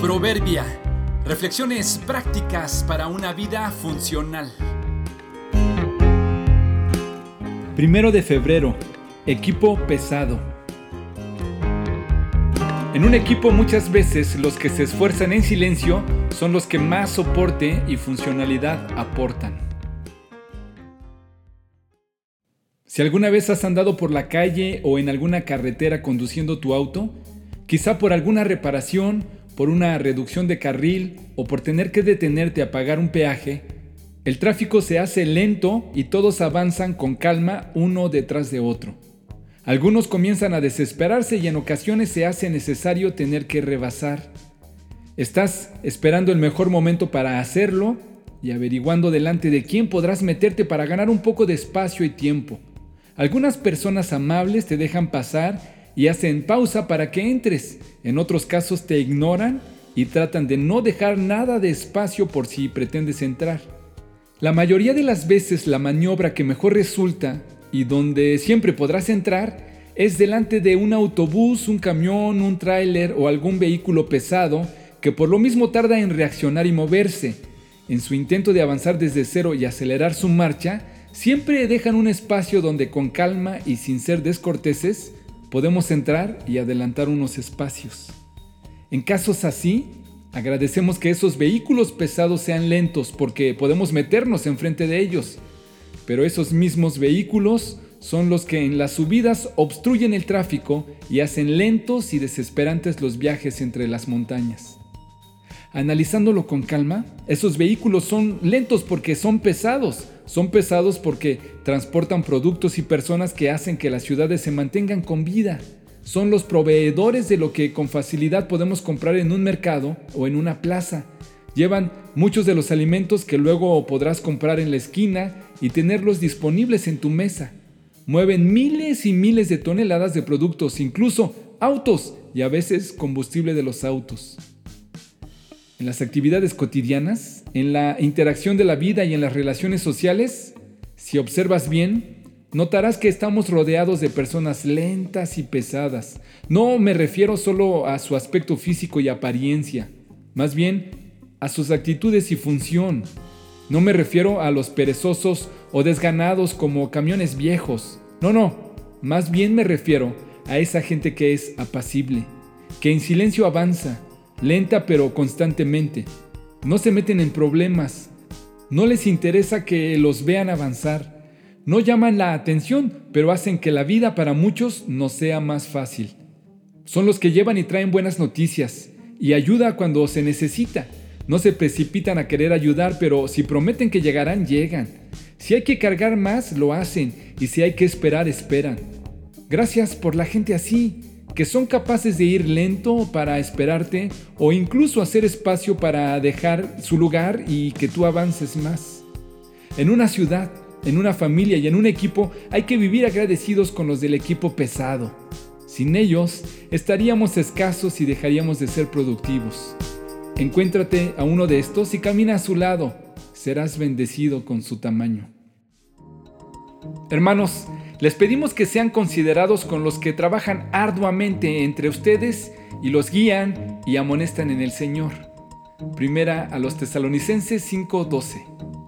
Proverbia. Reflexiones prácticas para una vida funcional. 1 de febrero. Equipo pesado. En un equipo muchas veces los que se esfuerzan en silencio son los que más soporte y funcionalidad aportan. Si alguna vez has andado por la calle o en alguna carretera conduciendo tu auto, quizá por alguna reparación, por una reducción de carril o por tener que detenerte a pagar un peaje, el tráfico se hace lento y todos avanzan con calma uno detrás de otro. Algunos comienzan a desesperarse y en ocasiones se hace necesario tener que rebasar. Estás esperando el mejor momento para hacerlo y averiguando delante de quién podrás meterte para ganar un poco de espacio y tiempo. Algunas personas amables te dejan pasar y hacen pausa para que entres. En otros casos te ignoran y tratan de no dejar nada de espacio por si pretendes entrar. La mayoría de las veces la maniobra que mejor resulta y donde siempre podrás entrar es delante de un autobús, un camión, un tráiler o algún vehículo pesado que por lo mismo tarda en reaccionar y moverse. En su intento de avanzar desde cero y acelerar su marcha, siempre dejan un espacio donde con calma y sin ser descorteses podemos entrar y adelantar unos espacios. En casos así, agradecemos que esos vehículos pesados sean lentos porque podemos meternos enfrente de ellos. Pero esos mismos vehículos son los que en las subidas obstruyen el tráfico y hacen lentos y desesperantes los viajes entre las montañas. Analizándolo con calma, esos vehículos son lentos porque son pesados. Son pesados porque transportan productos y personas que hacen que las ciudades se mantengan con vida. Son los proveedores de lo que con facilidad podemos comprar en un mercado o en una plaza. Llevan muchos de los alimentos que luego podrás comprar en la esquina y tenerlos disponibles en tu mesa. Mueven miles y miles de toneladas de productos, incluso autos y a veces combustible de los autos. En las actividades cotidianas, en la interacción de la vida y en las relaciones sociales, si observas bien, notarás que estamos rodeados de personas lentas y pesadas. No me refiero solo a su aspecto físico y apariencia, más bien a sus actitudes y función. No me refiero a los perezosos o desganados como camiones viejos. No, más bien me refiero a esa gente que es apacible, que en silencio avanza, lenta pero constantemente. No se meten en problemas, no les interesa que los vean avanzar, no llaman la atención, pero hacen que la vida para muchos nos sea más fácil. Son los que llevan y traen buenas noticias y ayuda cuando se necesita. No se precipitan a querer ayudar, pero si prometen que llegarán, llegan. Si hay que cargar más, lo hacen, y si hay que esperar, esperan. Gracias por la gente así, que son capaces de ir lento para esperarte o incluso hacer espacio para dejar su lugar y que tú avances más. En una ciudad, en una familia y en un equipo hay que vivir agradecidos con los del equipo pesado. Sin ellos, estaríamos escasos y dejaríamos de ser productivos. Encuéntrate a uno de estos y camina a su lado. Serás bendecido con su tamaño. Hermanos, les pedimos que sean considerados con los que trabajan arduamente entre ustedes y los guían y amonestan en el Señor. Primera a los Tesalonicenses 5:12.